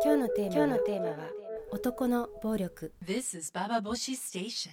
今日のテーマは男の暴力。 This is Baba Boshi Station.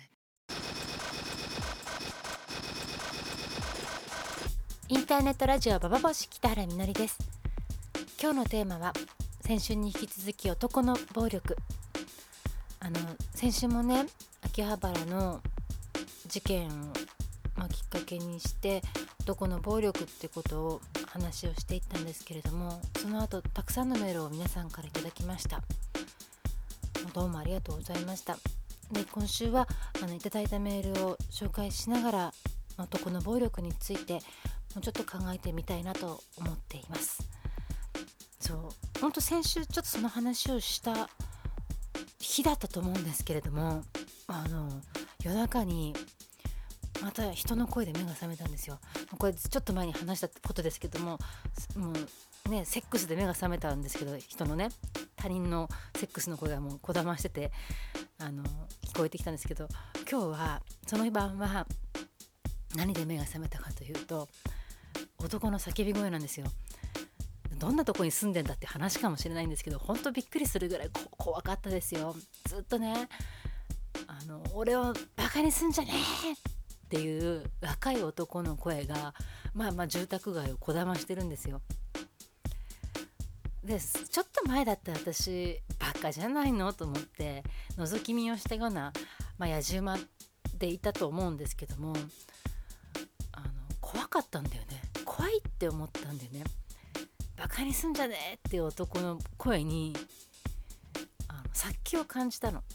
インターネットラジオババボシ北原みのりです。今日のテーマは先週に引き続き男の暴力。先週もね、秋葉原の事件を、きっかけにして男の暴力ってことを話をしていったんですけれども、その後たくさんのメールを皆さんからいただきました。どうもありがとうございました。で、今週はいただいたメールを紹介しながら男の暴力についてもうちょっと考えてみたいなと思っています。本当先週ちょっとその話をした日だったと思うんですけれども、夜中にまた人の声で目が覚めたんですよ。これちょっと前に話したことですけども、もうね、セックスで目が覚めたんですけど、人のね、他人のセックスの声がもうこだましてて聞こえてきたんですけど、今日はその晩は何で目が覚めたかというと、男の叫び声なんですよ。どんなとこに住んでんだって話かもしれないんですけど、本当びっくりするぐらい怖かったですよ。ずっとね、俺をバカにすんじゃねえっていう若い男の声が住宅街をこだましてるんですよ。で、ちょっと前だったら私バカじゃないのと思って覗き見をしたような、野じ馬でいたと思うんですけども、怖かったんだよね。怖いって思ったんだよね。バカにすんじゃねえっていう男の声に殺気を感じたの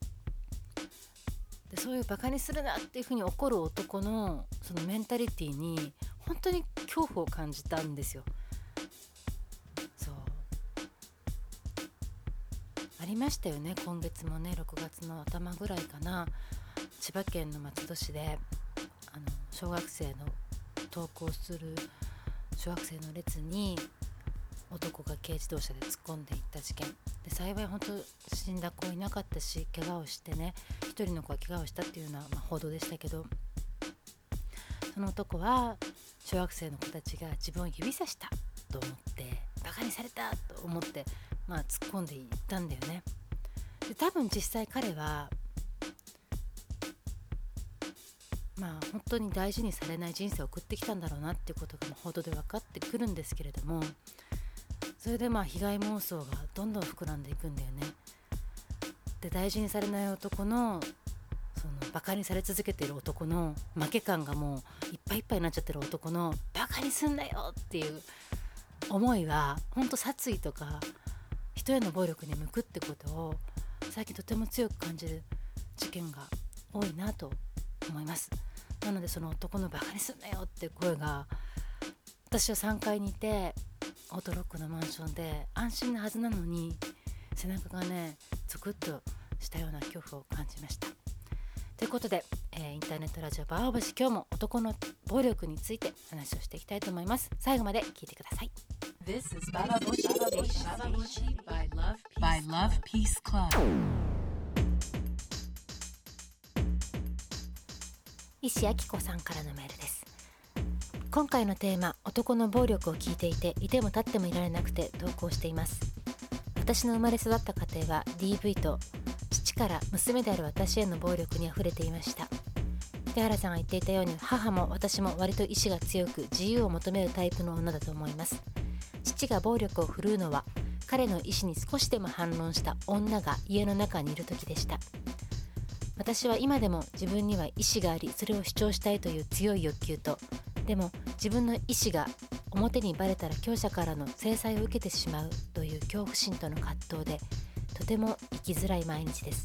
で、そういうバカにするなっていうふうに怒る男のそのメンタリティに本当に恐怖を感じたんですよ。ありましたよね。今月もね、6月の頭ぐらいかな、千葉県の松戸市で小学生の登校する小学生の列に男が軽自動車で突っ込んでいった事件で、幸い本当死んだ子いなかったし、怪我をしてね、一人の子は怪我をしたっていうような、報道でしたけど、その男は小学生の子たちが自分を指さしたと思って、バカにされたと思って突っ込んでいったんだよね。で、多分実際彼は本当に大事にされない人生を送ってきたんだろうなっていうことが報道で分かってくるんですけれども、それで被害妄想がどんどん膨らんでいくんだよね。で、大事にされない男のそのバカにされ続けている男の負け感がもういっぱいいっぱいになっちゃってる男のバカにすんなよっていう思いは、本当殺意とか人への暴力に向くってことを最近とても強く感じる事件が多いなと思います。なので、その男のバカにすんなよって声が、私は3階にいてオートロックのマンションで安心なはずなのに、背中がねゾクッとしたような恐怖を感じました。ということで、インターネットラジオバーバシ、今日も男の暴力について話をしていきたいと思います。最後まで聞いてください。 This is Baba Boshi Station. Baba Boshi by Love Peace Club. 石明子さんからのメールです。今回のテーマ、男の暴力を聞いていて、いても立ってもいられなくて投稿しています。私の生まれ育った家庭は DV と父から娘である私への暴力にあふれていました。北原さんが言っていたように、母も私も割と意志が強く自由を求めるタイプの女だと思います。父が暴力を振るうのは彼の意志に少しでも反論した女が家の中にいる時でした。私は今でも自分には意志があり、それを主張したいという強い欲求と、でも自分の意志が表にバレたら強者からの制裁を受けてしまうという恐怖心との葛藤で、とても生きづらい毎日です。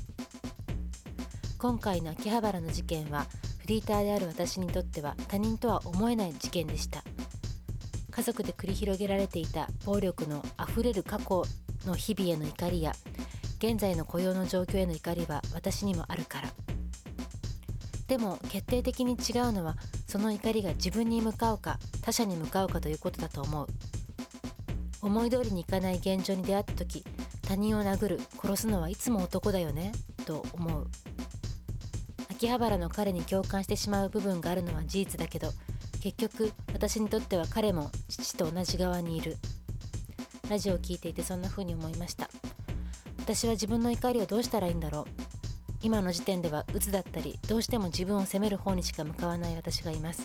今回の秋葉原の事件は、フリーターである私にとっては他人とは思えない事件でした。家族で繰り広げられていた暴力のあふれる過去の日々への怒りや、現在の雇用の状況への怒りは私にもあるから。でも決定的に違うのは、その怒りが自分に向かうか他者に向かうかということだと思う。思い通りにいかない現状に出会った時、他人を殴る殺すのはいつも男だよねと思う。秋葉原の彼に共感してしまう部分があるのは事実だけど、結局私にとっては彼も父と同じ側にいる。 ラジオを聞いていてそんな風に思いました。私は自分の怒りをどうしたらいいんだろう。今の時点では鬱だったり、どうしても自分を責める方にしか向かわない私がいます。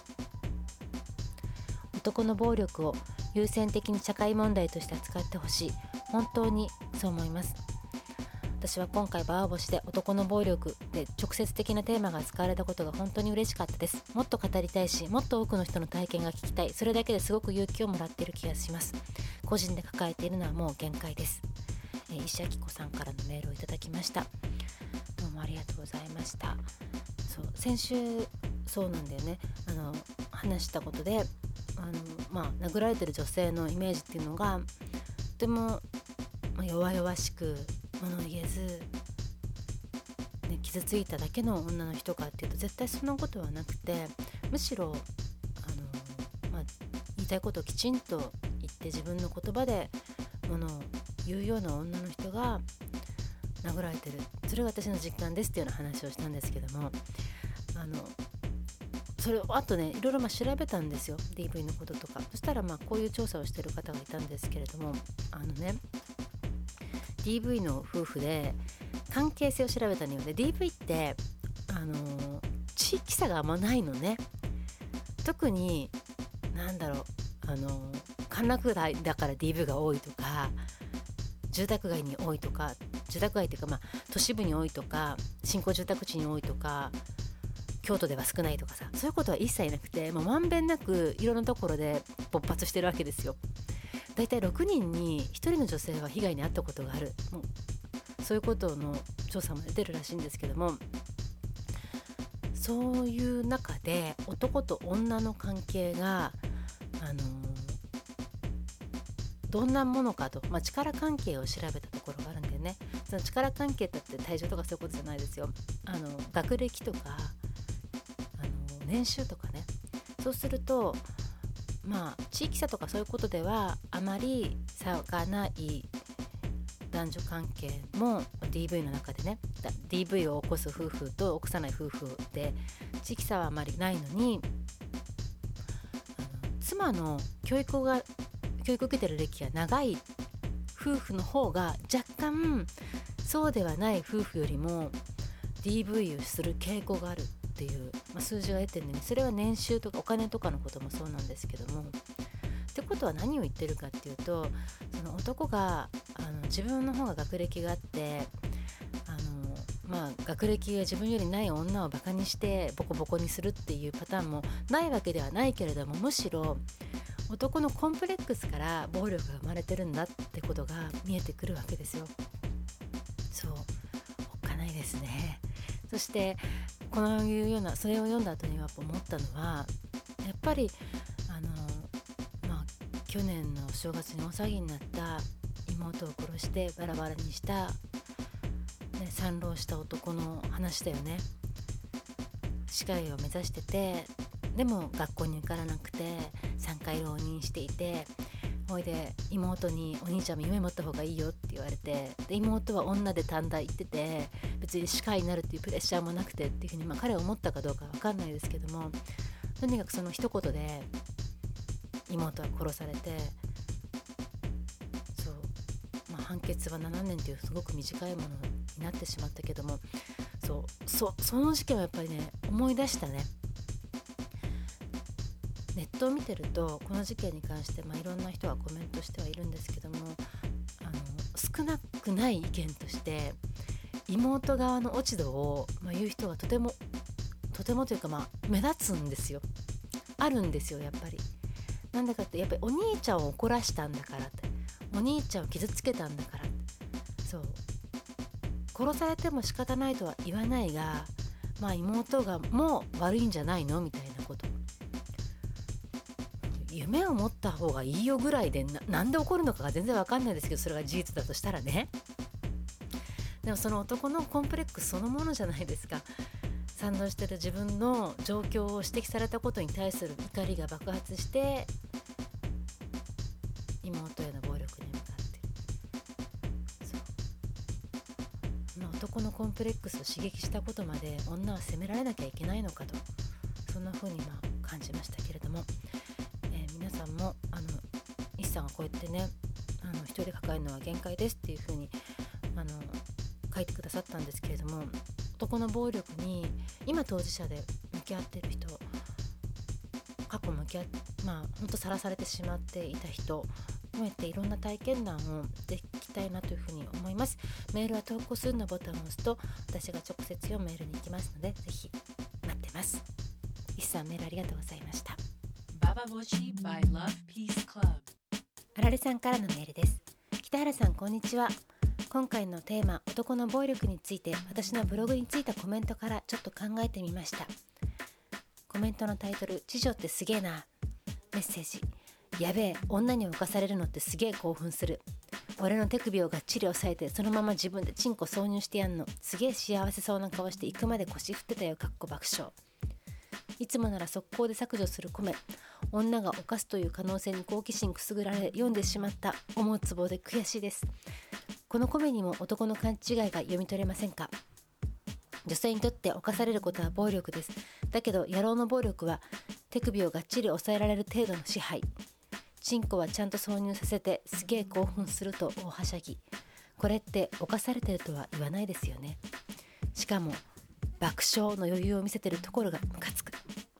男の暴力を優先的に社会問題として扱ってほしい。本当にそう思います。私は今回ババ星で男の暴力で直接的なテーマが使われたことが本当に嬉しかったです。もっと語りたいし、もっと多くの人の体験が聞きたい。それだけですごく勇気をもらっている気がします。個人で抱えているのはもう限界です。石明子さんからのメールをいただきました。どうもありがとうございました。先週そうなんだよね、話したことで殴られてる女性のイメージっていうのがとても、弱々しく物言えず、傷ついただけの女の人かっていうと絶対そんなことはなくて、むしろ言いたいことをきちんと言って自分の言葉で物を言うような女の人が殴られてる、それが私の実感ですっていうような話をしたんですけども、それをあとねいろいろ調べたんですよ、 DV のこととか。そしたらこういう調査をしてる方がいたんですけれども、DV の夫婦で関係性を調べたのようで、 DV って地域差があんまないのね。特に歓楽街だから DV が多いとか、住宅街に多いとか、住宅街っていうか都市部に多いとか、新興住宅地に多いとか、京都では少ないとかさ、そういうことは一切なくて、まんべんなくいろんなところで勃発してるわけですよ。だいたい6人に1人の女性は被害に遭ったことがある、そういうことの調査も出てるらしいんですけども、そういう中で男と女の関係がどんなものかと、力関係を調べたところがあるんだよね。その力関係だって体重とかそういうことじゃないですよ。学歴とか年収とかね。そうすると地域差とかそういうことではあまり差がない男女関係も DV の中でね、 DV を起こす夫婦と起こさない夫婦で地域差はあまりないのに、妻の教育を受けてる歴が長い夫婦の方が若干そうではない夫婦よりも DV をする傾向があるっていう、数字が出てるのに、それは年収とかお金とかのこともそうなんですけども、ってことは何を言ってるかっていうと、その男が自分の方が学歴があって学歴が自分よりない女をバカにしてボコボコにするっていうパターンもないわけではないけれども、むしろ男のコンプレックスから暴力が生まれてるんだってことが見えてくるわけですよ。そう、おっかないですね。そしてそれを読んだ後には思ったのは、やっぱり去年のお正月に大騒ぎになった妹を殺してバラバラにした、散浪した男の話だよね。歯科医を目指してて、でも学校に受からなくて3回浪人していて、ほいで妹にお兄ちゃんも夢持った方がいいよって言われて、で妹は女で短大行ってて別に歯科医になるっていうプレッシャーもなくてっていうふうに彼は思ったかどうかわかんないですけども、とにかくその一言で妹は殺されて、判決は7年というすごく短いものになってしまったけども、その事件はやっぱりね思い出したね。ネットを見てるとこの事件に関して、いろんな人がコメントしてはいるんですけども、少なくない意見として妹側の落ち度を、言う人がとてもというか目立つんですよ。あるんですよやっぱり。なんだかってやっぱりお兄ちゃんを怒らしたんだからって、お兄ちゃんを傷つけたんだから、殺されても仕方ないとは言わないが、妹がもう悪いんじゃないのみたいなこと、夢を持った方がいいよぐらいで なんで怒るのかが全然わかんないですけど、それが事実だとしたらね。でもその男のコンプレックスそのものじゃないですか。賛同してる自分の状況を指摘されたことに対する怒りが爆発して妹への暴力に向かっている。男のコンプレックスを刺激したことまで女は責められなきゃいけないのかと、そんな風に感じましたけれども、皆さんも一さんがこうやってね一人で抱えるのは限界ですっていうふうに書いてくださったんですけれども、男の暴力に今当事者で向き合っている人、過去向き合って本当さらされてしまっていた人含めていろんな体験談をできたいなというふうに思います。メールは投稿するのボタンを押すと私が直接読むメールに行きますので、ぜひ待ってます。一さんメールありがとうございました。 Bababoshi by Love Peace Club。 あられさんからのメールです。北原さんこんにちは。今回のテーマ男の暴力について私のブログについたコメントからちょっと考えてみました。コメントのタイトル、知女ってすげえな。メッセージ、やべえ、女に侵されるのってすげえ興奮する。俺の手首をがっちり押さえてそのまま自分でチンコ挿入してやんの、すげえ幸せそうな顔して行くまで腰振ってたよ、かっこ爆笑。いつもなら速攻で削除するコメ、女が犯すという可能性に好奇心くすぐられ読んでしまった、思うツボで悔しいです。このコメにも男の勘違いが読み取れませんか？女性にとって犯されることは暴力です。だけど野郎の暴力は手首をがっちり押さえられる程度の支配。チンコはちゃんと挿入させてすげえ興奮すると大はしゃぎ。これって犯されてるとは言わないですよね。しかも爆笑の余裕を見せてるところがムカつく。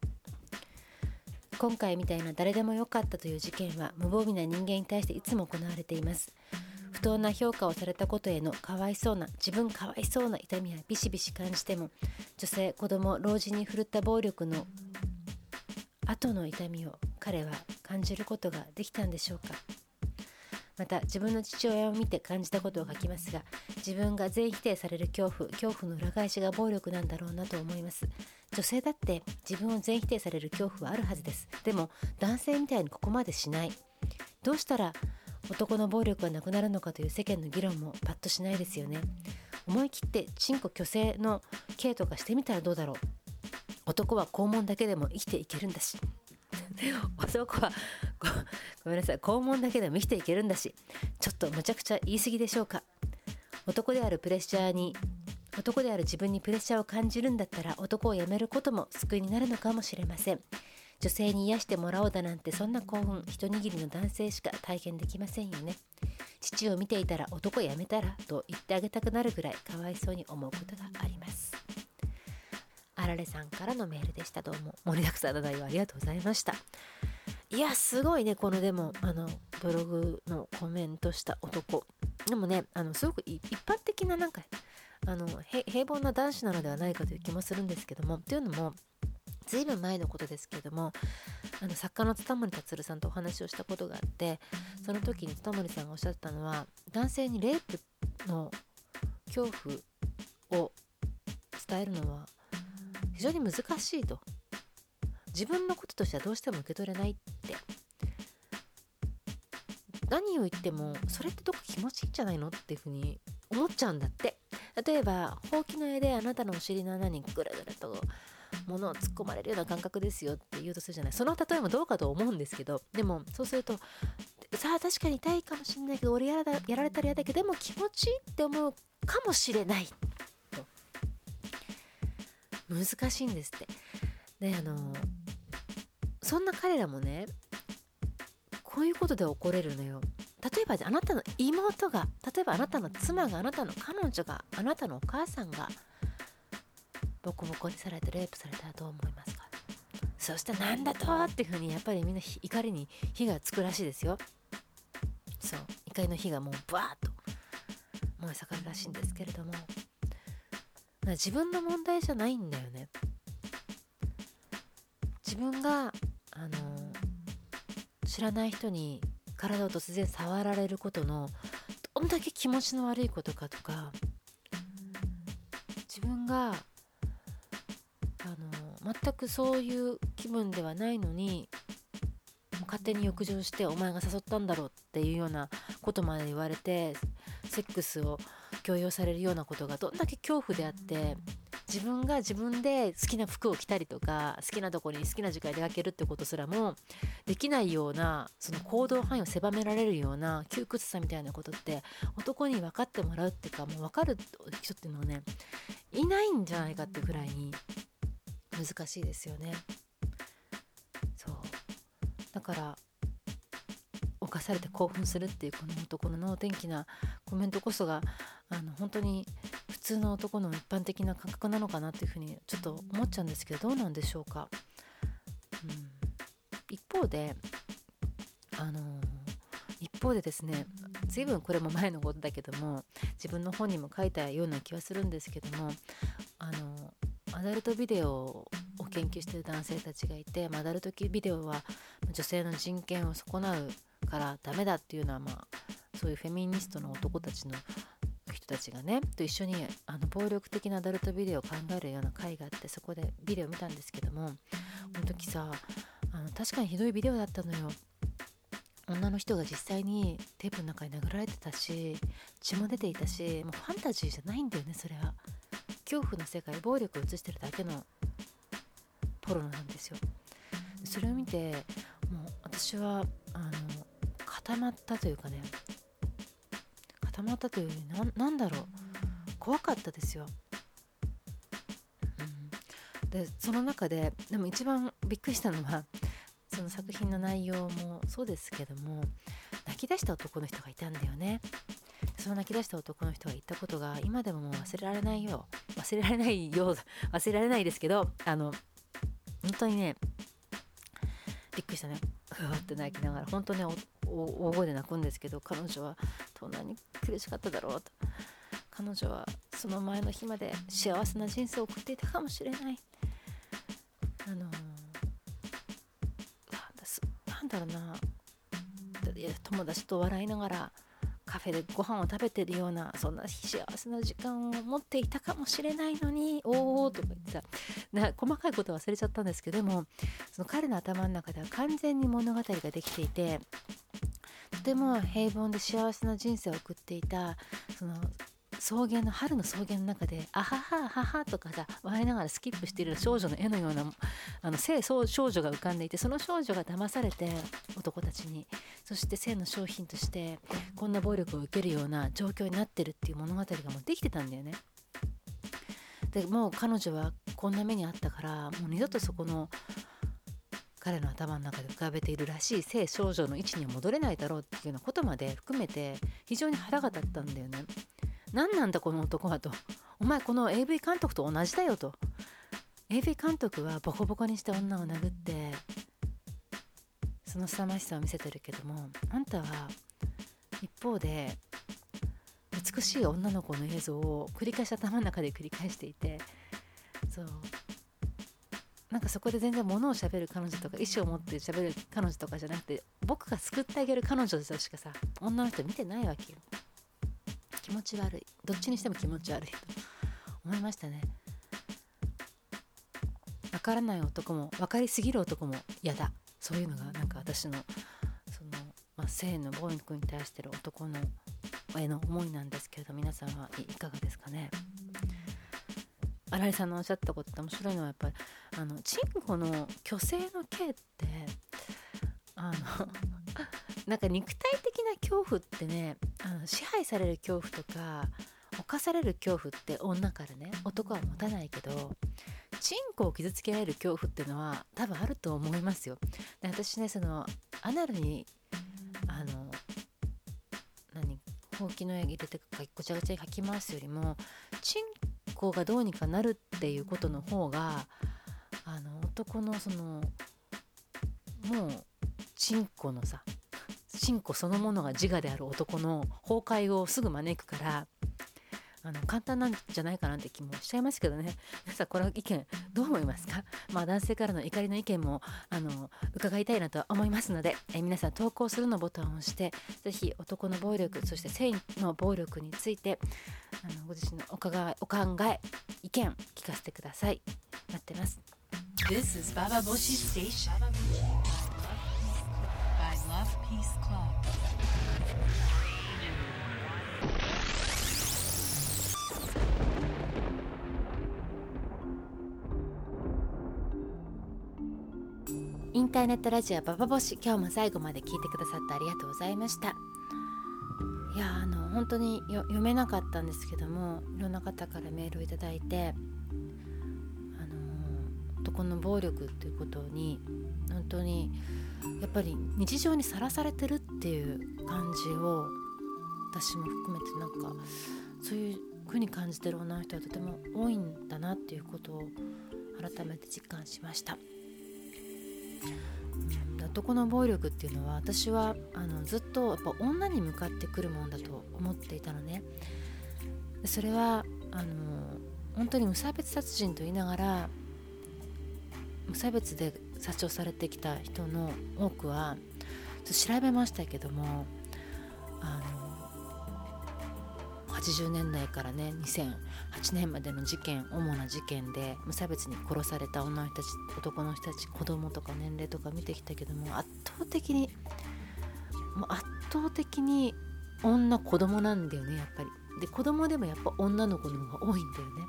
今回みたいな誰でもよかったという事件は無防備な人間に対していつも行われています。不当な評価をされたことへのかわいそうな、自分かわいそうな痛みはビシビシ感じても、女性、子供、老人に振るった暴力の後の痛みを彼は感じることができたんでしょうか。また自分の父親を見て感じたことを書きますが、自分が全否定される恐怖の裏返しが暴力なんだろうなと思います。女性だって自分を全否定される恐怖はあるはずです。でも男性みたいにここまでしない。どうしたら男の暴力がなくなるのかという世間の議論もパッとしないですよね。思い切ってチンコ虚勢の刑とかしてみたらどうだろう。男は肛門だけでも生きていけるんだし男はごめんなさい、肛門だけでも生きていけるんだし、ちょっとむちゃくちゃ言い過ぎでしょうか。男である自分にプレッシャーを感じるんだったら男を辞めることも救いになるのかもしれません。女性に癒してもらおうだなんて、そんな興奮一握りの男性しか体験できませんよね。父を見ていたら男辞めたらと言ってあげたくなるぐらいかわいそうに思うことがあります。あられさんからのメールでした。どうも盛りだくさんの内容ありがとうございました。いやすごいね、このでもブログのコメントした男でもね、すごく一般的ななんか平凡な男子なのではないかという気もするんですけども、というのもずいぶん前のことですけれども、作家の蔦森達さんとお話をしたことがあって、その時に蔦森さんがおっしゃったのは、男性にレイプの恐怖を伝えるのは非常に難しいと。自分のこととしてはどうしても受け取れないって。何を言ってもそれってどこ気持ちいいんじゃないのっていうふうに思っちゃうんだって。例えばほうきの絵であなたのお尻の穴にぐるぐると物を突っ込まれるような感覚ですよって言うとするじゃない。その例えもどうかと思うんですけど、でもそうするとさあ確かに痛いかもしれないけど、俺やられたら嫌だけどでも気持ちいいって思うかもしれないと。難しいんですって。でそんな彼らもね、こういうことで怒れるのよ。例えばあなたの妹が、例えばあなたの妻が、あなたの彼女が、あなたのお母さんがボコボコにされてレイプされたらどう思いますか。そしてなんだとっていうふうにやっぱりみんな怒りに火がつくらしいですよ。そう怒りの火がもうバーッと燃え盛るらしいんですけれども、自分の問題じゃないんだよね。自分が知らない人に体を突然触られることのどんだけ気持ちの悪いことかとか、自分が全くそういう気分ではないのに勝手に欲情してお前が誘ったんだろうっていうようなことまで言われて、セックスを強要されるようなことがどんだけ恐怖であって、自分が自分で好きな服を着たりとか好きなところに好きな時間に出かけるってことすらもできないような、その行動範囲を狭められるような窮屈さみたいなことって男に分かってもらうっていうか、もう分かる人っていうのはねいないんじゃないかってぐらいに難しいですよね。そうだから犯かされて興奮するっていうこの男の能天気なコメントこそが本当に普通の男の一般的な感覚なのかなっていうふうにちょっと思っちゃうんですけど、どうなんでしょうか。一方でですね、随分これも前のことだけども、自分の本にも書いたような気はするんですけども、アダルトビデオを研究している男性たちがいて、アダルトビデオは女性の人権を損なうからダメだっていうのは、そういうフェミニストの男たちの人たちがねと一緒に暴力的なアダルトビデオを考えるような会があって、そこでビデオを見たんですけども、この時さ確かにひどいビデオだったのよ。女の人が実際にテープの中に殴られてたし、血も出ていたし、もうファンタジーじゃないんだよね。それは恐怖の世界、暴力を映してるだけのポロなんですよ。それを見てもう私は固まったというかね、固まったというよりなんだろう、怖かったですよ。でその中でも一番びっくりしたのは、その作品の内容もそうですけども、泣き出した男の人がいたんだよね。その泣き出した男の人が言ったことが今でももう忘れられないですけど、本当にねびっくりしたね。ふわって泣きながら、本当ね大声で泣くんですけど、彼女はどんなに苦しかっただろうと。彼女はその前の日まで幸せな人生を送っていたかもしれない。なんだろうな、友達と笑いながらカフェでご飯を食べてるような、そんな幸せな時間を持っていたかもしれないのに、おーとか言ってさ、細かいこと忘れちゃったんですけど、でもその彼の頭の中では完全に物語ができていて、とても平凡で幸せな人生を送っていた、その春の草原の中であははははとかさ笑いながらスキップしている少女の絵のような性少女が浮かんでいて、その少女が騙されて男たちに、そして性の商品としてこんな暴力を受けるような状況になってるっていう物語がもうできてたんだよね。でもう彼女はこんな目にあったから、もう二度とそこの彼の頭の中で浮かべているらしい性少女の位置には戻れないだろうっていうようなことまで含めて非常に腹が立ったんだよね。何なんだこの男はと、お前この AV 監督と同じだよと。 AV 監督はボコボコにして女を殴ってその凄まじさを見せてるけども、あんたは一方で美しい女の子の映像を繰り返し頭の中で繰り返していて、そうなんかそこで全然物を喋る彼女とか意思を持って喋る彼女とかじゃなくて、僕が救ってあげる彼女としかさ女の人見てないわけよ。気持ち悪い、どっちにしても気持ち悪いと思いましたね。分からない男も分かりすぎる男も嫌だ、そういうのがなんか私の性の暴力に対してる男のへの思いなんですけれど、皆さんはいかがですかね。新井さんのおっしゃったことって面白いのは、やっぱりチンコの虚勢の刑ってなんか肉体的な恐怖ってね、支配される恐怖とか犯される恐怖って女からね男は持たないけど、チンコを傷つけられる恐怖っていうのは多分あると思いますよ。で私ね、そのアナルにほうきの絵入れてごちゃごちゃにかき回すよりも、チンコがどうにかなるっていうことの方が男のそのもうチンコのさ、チンコそのものが自我である男の崩壊をすぐ招くから、簡単なんじゃないかなって気もしちゃいますけどね。さあこの意見どう思いますか。男性からの怒りの意見も伺いたいなと思いますので、皆さん投稿するのボタンを押してぜひ男の暴力、そして性の暴力についてご自身のお考え意見聞かせてください。待ってます。 This is Baba Boshi Station by Love Peace Club. インターネットラジオババボシ、今日も最後まで聞いてくださってありがとうございました。いや本当に読めなかったんですけども、いろんな方からメールをいただいて、 男の暴力っていうことに本当にやっぱり日常にさらされてるっていう感じを私も含めてそういう風に感じてる女の人はとても多いんだなっていうことを改めて実感しました。男の暴力っていうのは私はずっとやっぱ女に向かってくるもんだと思っていたのね。それは本当に無差別殺人と言いながら無差別で殺傷されてきた人の多くは調べましたけども80年代からね2008年までの主な事件で無差別に殺された女の人たち、男の人たち、子供とか年齢とか見てきたけども圧倒的に女子供なんだよねやっぱり。で子供でもやっぱ女の子の方が多いんだよね。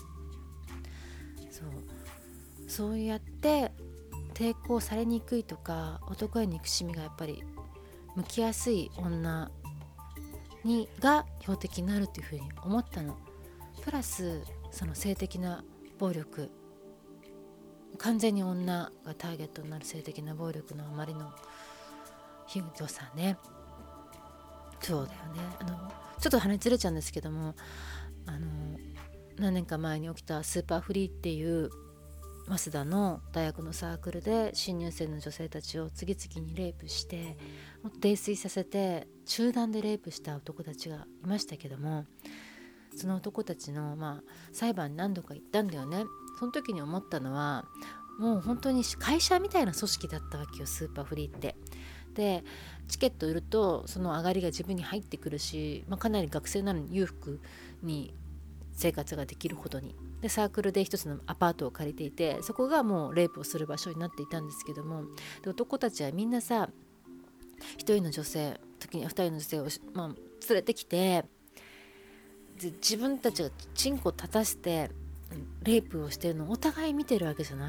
そうやって抵抗されにくいとか男へ憎しみがやっぱり向きやすい女が標的になるっていうふうに思ったの。プラスその性的な暴力、完全に女がターゲットになる性的な暴力のあまりのひどさね。そうだよね。ちょっと話ずれちゃうんですけども何年か前に起きたスーパーフリーっていう早稲田の大学のサークルで新入生の女性たちを次々にレイプして泥酔させて集団でレイプした男たちがいましたけども、その男たちの、裁判に何度か行ったんだよね。その時に思ったのはもう本当に会社みたいな組織だったわけよスーパーフリーって。でチケット売るとその上がりが自分に入ってくるし、かなり学生なのに裕福に生活ができるほどにでサークルで一つのアパートを借りていて、そこがもうレイプをする場所になっていたんですけども、で男たちはみんなさ一人の女性時には二人の女性を、連れてきてで自分たちがチンコ立たせてレイプをしてるのをお互い見てるわけじゃない。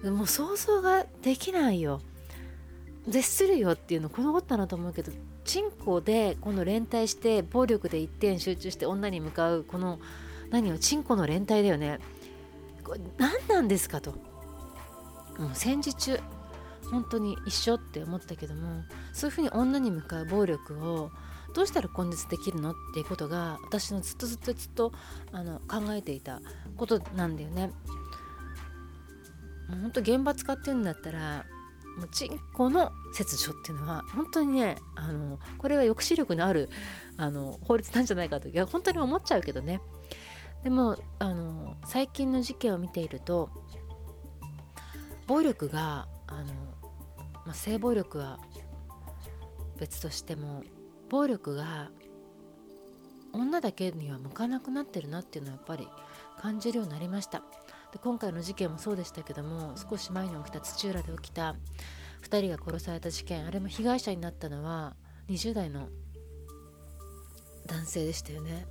もう想像ができないよ。絶するよっていうのこのことだなと思うけど、チンコでこの連帯して暴力で一点集中して女に向かうこのチンコの連帯だよね。これ何なんですかと。もう戦時中本当に一緒って思ったけども、そういうふうに女に向かう暴力をどうしたら根絶できるのっていうことが私のずっと考えていたことなんだよね。もう本当厳罰化っていうんだったらもうチンコの切除っていうのは本当にねこれは抑止力のある法律なんじゃないかと本当に思っちゃうけどね。でも最近の事件を見ていると暴力が性暴力は別としても暴力が女だけには向かなくなってるなっていうのはやっぱり感じるようになりました。で今回の事件もそうでしたけども、少し前に起きた土浦で起きた2人が殺された事件、あれも被害者になったのは20代の男性でしたよね。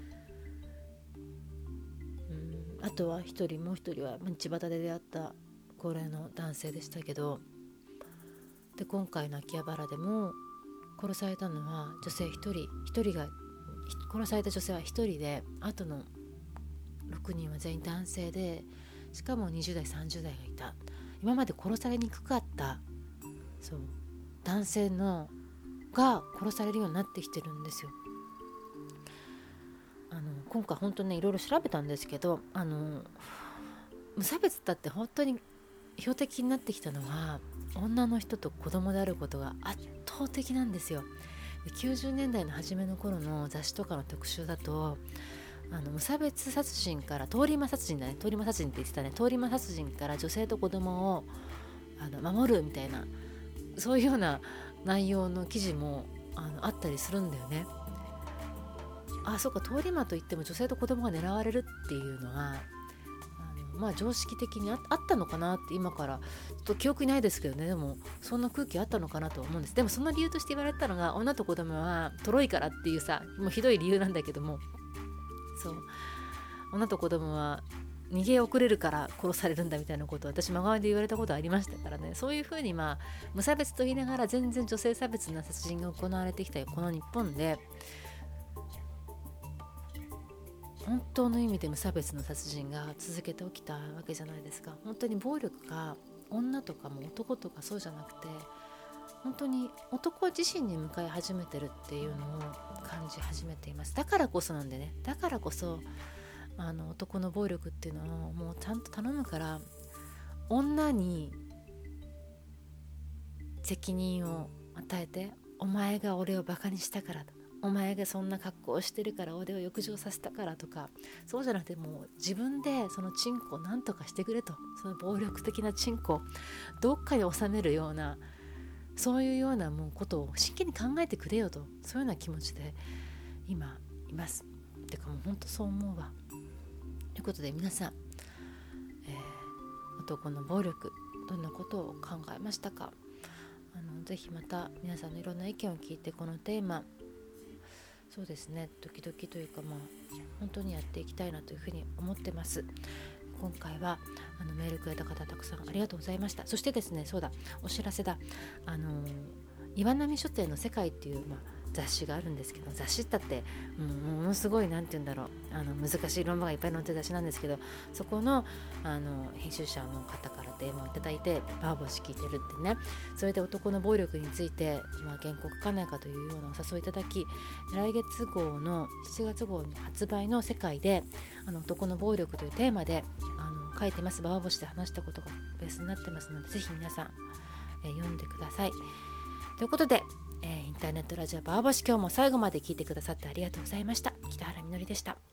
あとはもう一人は道端で出会った高齢の男性でしたけど、で今回の秋葉原でも殺されたのは女性1人が殺された女性は1人で、あとの6人は全員男性で、しかも20代30代がいた。今まで殺されにくかった男性が殺されるようになってきてるんですよ。今回本当にいろいろ調べたんですけど無差別だって本当に標的になってきたのは女の人と子供であることが圧倒的なんですよ。90年代の初めの頃の雑誌とかの特集だと無差別殺人から通り魔殺人って言ってたね。通り魔殺人から女性と子供を守るみたいな、そういうような内容の記事もあったりするんだよね。そうか、通り魔といっても女性と子供が狙われるっていうのは常識的にあったのかなって今からちょっと記憶にないですけどね。でもそんな空気あったのかなと思うんです。でもその理由として言われたのが女と子供はトロいからっていうさ、もうひどい理由なんだけども、女と子供は逃げ遅れるから殺されるんだみたいなことを私真顔で言われたことありましたからね。そういうふうに無差別と言いながら全然女性差別な殺人が行われてきたこの日本で本当の意味で無差別の殺人が続けて起きたわけじゃないですか。本当に暴力が女とかも男とかそうじゃなくて、本当に男自身に向かい始めてるっていうのを感じ始めています。だからこそなんでね、だからこそ男の暴力っていうのをもうちゃんと頼むから、女に責任を与えて、お前が俺をバカにしたから、お前がそんな格好をしてるから俺を浴場させたからとか、そうじゃなくて、もう自分でそのチンコを何とかしてくれと、その暴力的なチンコをどっかに収めるような、そういうようなもうことを真剣に考えてくれよと、そういうような気持ちで今います。てかもう本当そう思うわ。ということで皆さん、男の暴力どんなことを考えましたか。ぜひまた皆さんのいろんな意見を聞いて、このテーマそうですね、時々というか本当にやっていきたいなというふうに思ってます。今回はメールくれた方たくさんありがとうございました。そしてですね、そうだ、お知らせだ。岩波書店の世界っていう、雑誌があるんですけど、雑誌だって、ものすごいなんて言うんだろう、難しい論文がいっぱい載ってる雑誌なんですけど、そこの編集者の方から電話をいただいて、バーボシ聞いてるってね、それで男の暴力について、原稿書かないかというようなお誘いいただき、来月号の7月号の発売の世界で男の暴力というテーマで書いてます。バーボシで話したことがベースになってますので、ぜひ皆さん、読んでください。ということで、インターネットラジオバーボシ、今日も最後まで聞いてくださってありがとうございました。北原みのりでした。